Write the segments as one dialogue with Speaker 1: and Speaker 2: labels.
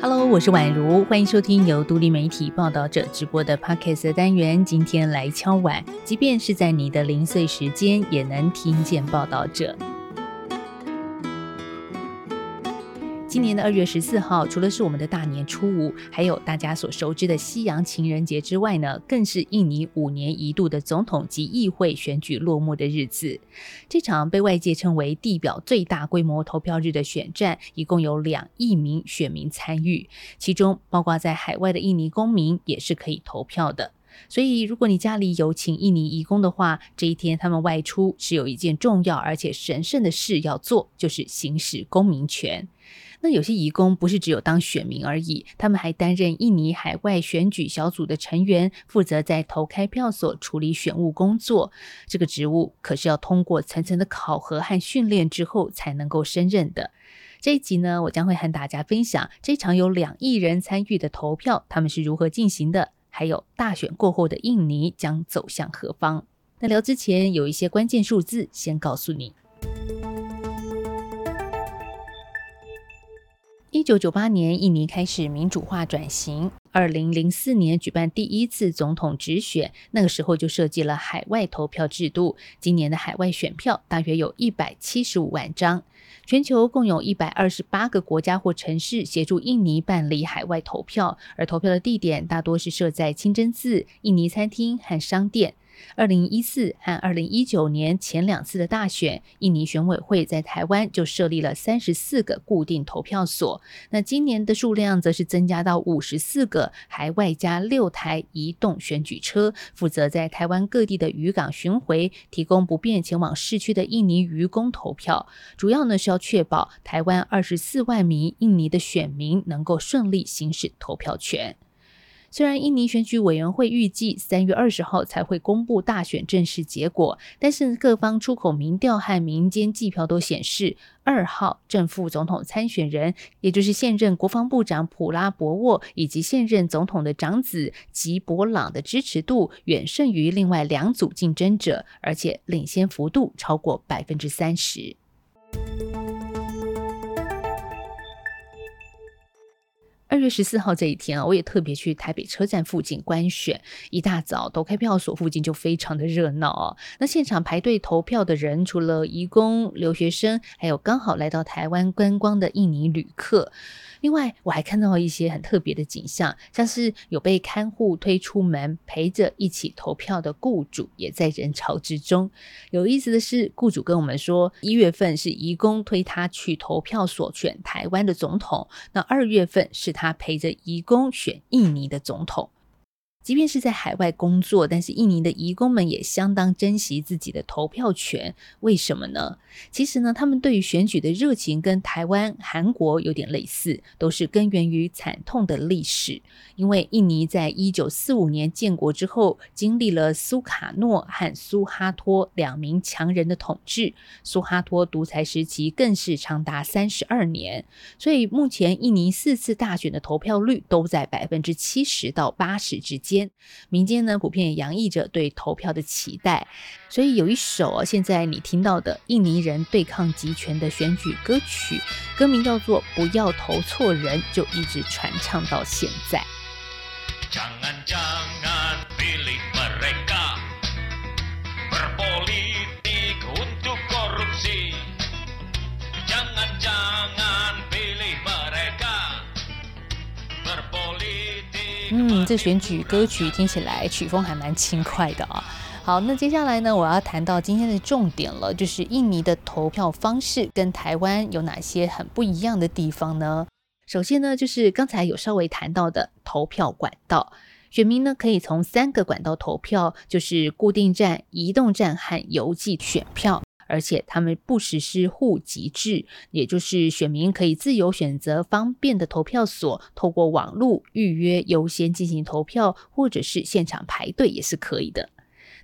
Speaker 1: Hello， 我是宛如，欢迎收听由独立媒体报道者直播的 Podcast 单元。今天来敲碗，即便是在你的零碎时间，也能听见报道者。今年的2月14号，除了是我们的大年初五，还有大家所熟知的西洋情人节之外呢，更是印尼5年一度的总统及议会选举落幕的日子。这场被外界称为地表最大规模投票日的选战，一共有2亿名选民参与，其中包括在海外的印尼公民也是可以投票的。所以如果你家里有请印尼移工的话，这一天他们外出是有一件重要而且神圣的事要做，就是行使公民权。那有些移工不是只有当选民而已，他们还担任印尼海外选举小组的成员，负责在投开票所处理选务工作。这个职务可是要通过层层的考核和训练之后才能够胜任的。这一集呢，我将会和大家分享这场有2亿人参与的投票，他们是如何进行的，还有大选过后的印尼将走向何方。那聊之前有一些关键数字先告诉你。1998年，印尼开始民主化转型。2004年举办第1次总统直选，那个时候就设计了海外投票制度。今年的海外选票大约有175万张。全球共有128个国家或城市协助印尼办理海外投票，而投票的地点大多是设在清真寺、印尼餐厅和商店。2014和2019年前2次的大选，印尼选委会在台湾就设立了34个固定投票所，那今年的数量则是增加到54个，还外加6台移动选举车，负责在台湾各地的渔港巡回，提供不便前往市区的印尼渔工投票。主要呢是要确保台湾24万名印尼的选民能够顺利行使投票权。虽然印尼选举委员会预计3月20号才会公布大选正式结果，但是各方出口民调和民间计票都显示，2号正副总统参选人，也就是现任国防部长普拉博沃以及现任总统的长子吉伯朗的支持度远胜于另外2组竞争者，而且领先幅度超过 30%。2月14号这一天我也特别去台北车站附近观选，一大早投开票所附近就非常的热闹那现场排队投票的人，除了移工、留学生，还有刚好来到台湾观光的印尼旅客。另外我还看到一些很特别的景象，像是有被看护推出门陪着一起投票的雇主也在人潮之中。有意思的是，雇主跟我们说1月份是移工推他去投票所选台湾的总统，那2月份是他陪着移工选印尼的总统。即便是在海外工作，但是印尼的移工们也相当珍惜自己的投票权。为什么呢？其实呢，他们对于选举的热情跟台湾、韩国有点类似，都是根源于惨痛的历史。因为印尼在1945年建国之后，经历了苏卡诺和苏哈托2名强人的统治，苏哈托独裁时期更是长达32年。所以目前印尼4次大选的投票率都在 70%到80%之间。民间呢普遍也洋溢着对投票的期待，所以有一首现在你听到的印尼人对抗集权的选举歌曲，歌名叫做不要投错人，就一直传唱到现在。
Speaker 2: Jangan pilih mereka berpolitik untuk korupsi. Jangan pilih mereka berpolitik.
Speaker 1: 这选举歌曲听起来曲风还蛮轻快的好，那接下来呢，我要谈到今天的重点了，就是印尼的投票方式跟台湾有哪些很不一样的地方呢？首先呢，就是刚才有稍微谈到的投票管道。选民呢可以从3个管道投票，就是固定站、移动站和邮寄选票，而且他们不实施户籍制，也就是选民可以自由选择方便的投票所，透过网络预约优先进行投票，或者是现场排队也是可以的。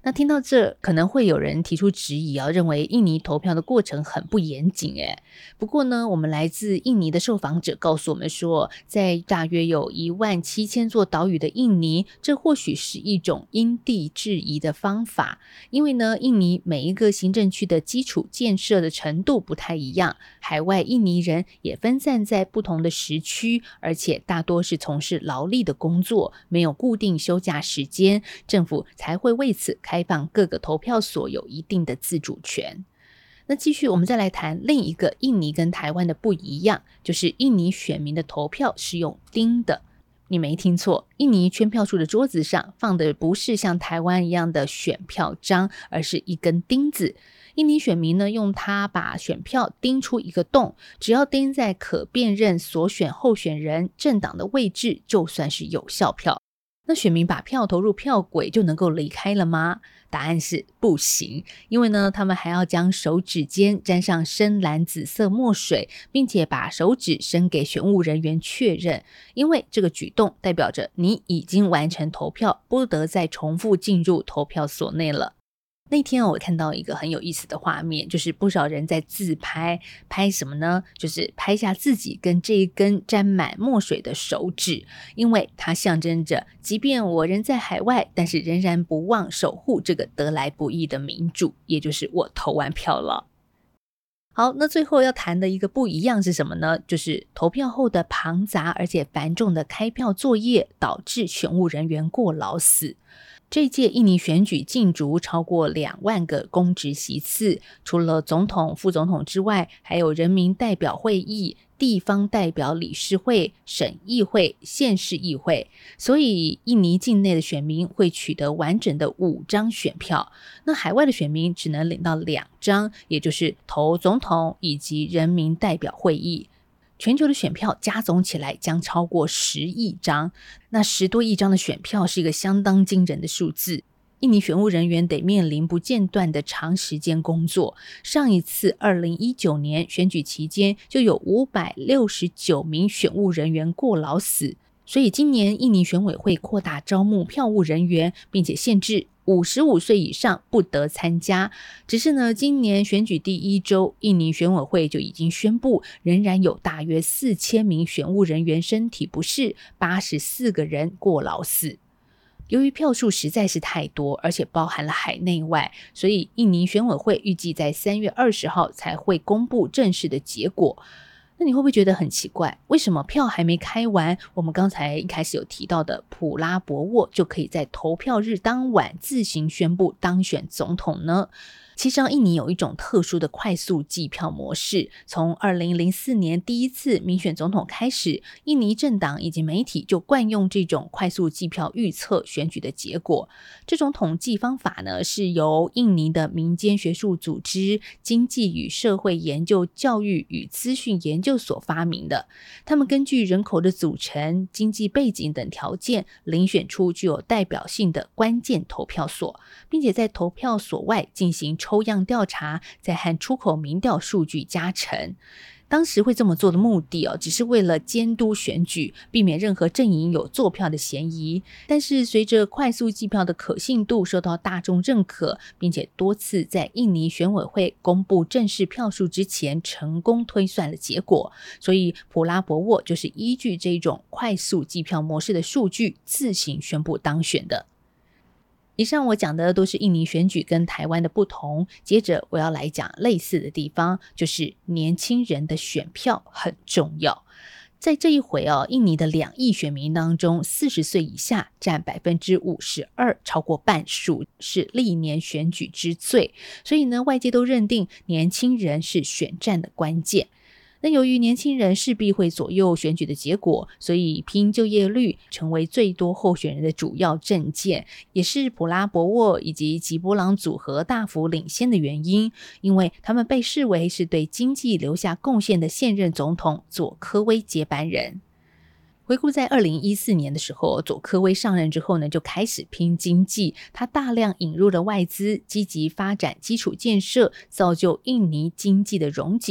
Speaker 1: 那听到这，可能会有人提出质疑认为印尼投票的过程很不严谨不过呢，我们来自印尼的受访者告诉我们说，在大约有17000座岛屿的印尼，这或许是一种因地制宜的方法。因为呢，印尼每一个行政区的基础建设的程度不太一样，海外印尼人也分散在不同的时区，而且大多是从事劳力的工作，没有固定休假时间，政府才会为此开放各个投票所有一定的自主权。那继续我们再来谈另一个印尼跟台湾的不一样，就是印尼选民的投票是用钉的。你没听错，印尼圈票处的桌子上放的不是像台湾一样的选票章，而是一根钉子。印尼选民呢，用它把选票钉出一个洞，只要钉在可辨认所选候选人政党的位置，就算是有效票。那选民把票投入票轨就能够离开了吗？答案是不行，因为呢，他们还要将手指间沾上深蓝紫色墨水，并且把手指伸给选务人员确认，因为这个举动代表着你已经完成投票，不得再重复进入投票所内了。那天我看到一个很有意思的画面，就是不少人在自拍，拍什么呢？就是拍下自己跟这一根沾满墨水的手指，因为它象征着即便我人在海外，但是仍然不忘守护这个得来不易的民主，也就是我投完票了。好，那最后要谈的一个不一样是什么呢？就是投票后的庞杂而且繁重的开票作业导致选务人员过劳死。这届印尼选举竞逐超过2万个公职席次，除了总统、副总统之外，还有人民代表会议、地方代表理事会、省议会、县市议会，所以印尼境内的选民会取得完整的5张选票，那海外的选民只能领到2张，也就是投总统以及人民代表会议。全球的选票加总起来将超过10亿张，那10多亿张的选票是一个相当惊人的数字。印尼选务人员得面临不间断的长时间工作，上一次2019年选举期间就有569名选务人员过劳死，所以今年印尼选委会扩大招募票务人员，并且限制55岁以上不得参加。只是呢，今年选举第1周，印尼选委会就已经宣布，仍然有大约4000名选务人员身体不适，84个人过劳死。由于票数实在是太多，而且包含了海内外，所以印尼选委会预计在3月20号才会公布正式的结果。那你会不会觉得很奇怪，为什么票还没开完，我们刚才一开始有提到的普拉博沃就可以在投票日当晚自行宣布当选总统呢？其实印尼有一种特殊的快速计票模式，从2004年第一次民选总统开始，印尼政党以及媒体就惯用这种快速计票预测选举的结果。这种统计方法呢，是由印尼的民间学术组织经济与社会研究教育与资讯研究所发明的。他们根据人口的组成、经济背景等条件，遴选出具有代表性的关键投票所，并且在投票所外进行抽样调查，再和出口民调数据加成。当时会这么做的目的只是为了监督选举，避免任何阵营有作票的嫌疑。但是随着快速计票的可信度受到大众认可，并且多次在印尼选委会公布正式票数之前成功推算了结果，所以普拉博沃就是依据这种快速计票模式的数据自行宣布当选的。以上我讲的都是印尼选举跟台湾的不同，接着我要来讲类似的地方，就是年轻人的选票很重要。在这一回印尼的2亿选民当中，40岁以下占52%，超过半数，是历年选举之最。所以呢，外界都认定年轻人是选战的关键。那由于年轻人势必会左右选举的结果，所以拼就业率成为最多候选人的主要政见，也是普拉博沃以及吉波朗组合大幅领先的原因，因为他们被视为是对经济留下贡献的现任总统佐科威接班人。回顾在2014年的时候，佐科威上任之后呢，就开始拼经济，他大量引入了外资，积极发展基础建设，造就印尼经济的荣景，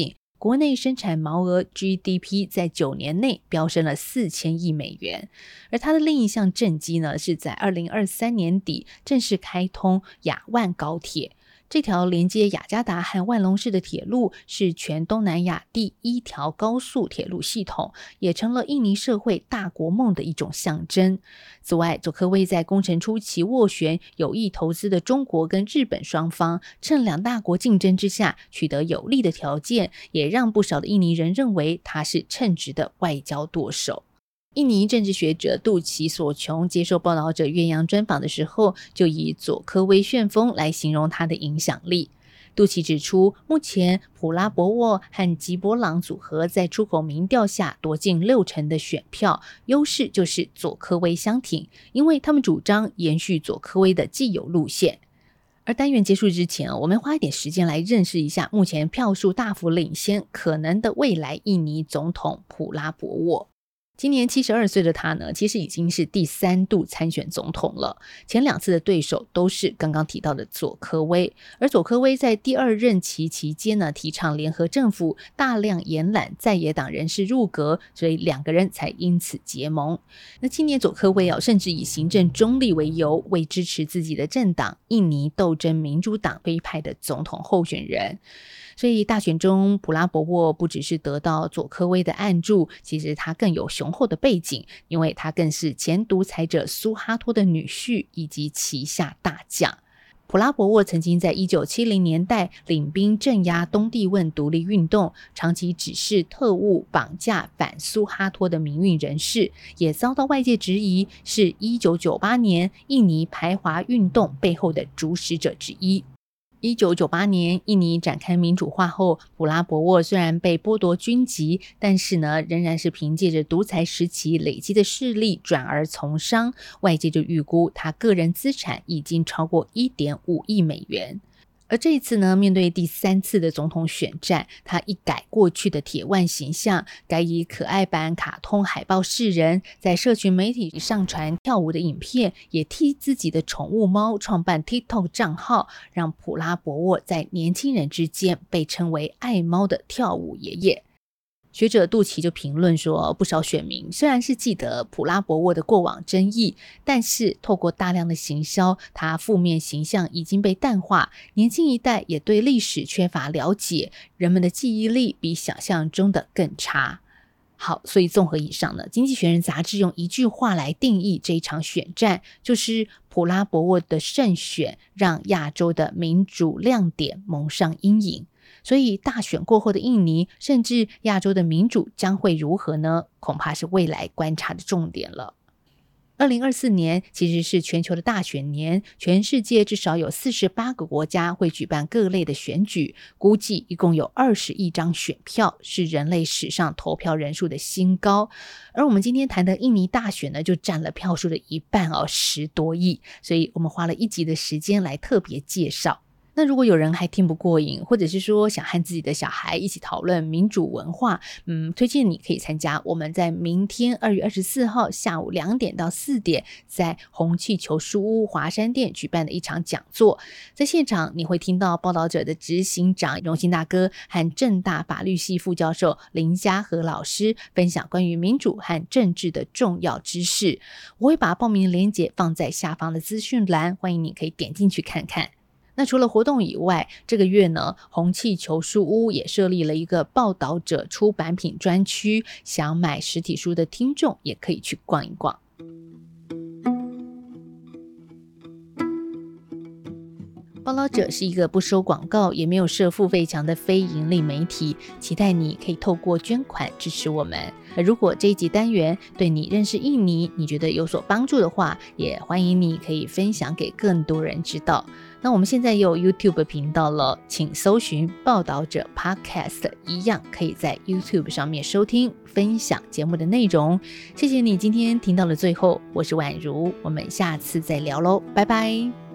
Speaker 1: 国内生产毛额 GDP 在9年内飙升了4000亿美元。而它的另一项政绩呢，是在2023年底正式开通亚万高铁。这条连接雅加达和万隆市的铁路是全东南亚第1条高速铁路系统，也成了印尼社会大国梦的一种象征。此外，佐科威在工程初期斡旋有意投资的中国跟日本双方，趁两大国竞争之下取得有利的条件，也让不少的印尼人认为他是称职的外交舵手。印尼政治学者杜奇索琼接受报道者岳阳专访的时候，就以佐科威旋风来形容他的影响力。杜奇指出，目前普拉博沃和吉伯朗组合在出口民调下夺近60%的选票，优势就是佐科威相挺，因为他们主张延续佐科威的既有路线。而单元结束之前，我们花一点时间来认识一下目前票数大幅领先可能的未来印尼总统普拉博沃。今年72岁的他呢，其实已经是第3度参选总统了。前2次的对手都是刚刚提到的佐科威，而佐科威在第2任期期间呢，提倡联合政府，大量延揽在野党人士入阁，所以2个人才因此结盟。那今年佐科威甚至以行政中立为由，为支持自己的政党印尼斗争民主党推派的总统候选人。所以大选中，普拉博沃不只是得到佐科威的暗助，其实他更有雄厚的背景，因为他更是前独裁者苏哈托的女婿以及旗下大将。普拉博沃曾经在1970年代领兵镇压东帝汶独立运动，长期指示特务绑架反苏哈托的民运人士，也遭到外界质疑是1998年印尼排华运动背后的主使者之一。1998年印尼展开民主化后，普拉博沃虽然被剥夺军籍，但是呢，仍然是凭借着独裁时期累积的势力转而从商，外界就预估他个人资产已经超过 1.5 亿美元。而这一次呢，面对第3次的总统选战，他一改过去的铁腕形象，改以可爱版卡通海报示人，在社群媒体上传跳舞的影片，也替自己的宠物猫创办 TikTok 账号，让普拉博沃在年轻人之间被称为爱猫的跳舞爷爷。学者杜奇就评论说，不少选民虽然是记得普拉博沃的过往争议，但是透过大量的行销，他负面形象已经被淡化，年轻一代也对历史缺乏了解，人们的记忆力比想象中的更差。好，所以综合以上呢，《经济学人》杂志用一句话来定义这一场选战，就是普拉博沃的胜选让亚洲的民主亮点蒙上阴影。所以大选过后的印尼，甚至亚洲的民主将会如何呢？恐怕是未来观察的重点了。2024年其实是全球的大选年，全世界至少有48个国家会举办各类的选举，估计一共有20亿张选票，是人类史上投票人数的新高。而我们今天谈的印尼大选呢，就占了票数的一半10多亿，所以我们花了1集的时间来特别介绍。那如果有人还听不过瘾，或者是说想和自己的小孩一起讨论民主文化，推荐你可以参加我们在明天2月24号下午2点到4点在红气球书屋华山店举办的一场讲座。在现场你会听到报道者的执行长荣兴大哥和政大法律系副教授林嘉和老师分享关于民主和政治的重要知识。我会把报名链接放在下方的资讯栏，欢迎你可以点进去看看。那除了活动以外，这个月呢，红气球书屋也设立了一个报道者出版品专区，想买实体书的听众也可以去逛一逛。报道者是一个不收广告也没有设付费墙的非盈利媒体，期待你可以透过捐款支持我们。如果这一集单元对你认识印尼你觉得有所帮助的话，也欢迎你可以分享给更多人知道。那我们现在也有 YouTube 频道了，请搜寻报道者 Podcast， 一样可以在 YouTube 上面收听分享节目的内容。谢谢你今天听到了最后，我是宛如，我们下次再聊咯，拜拜。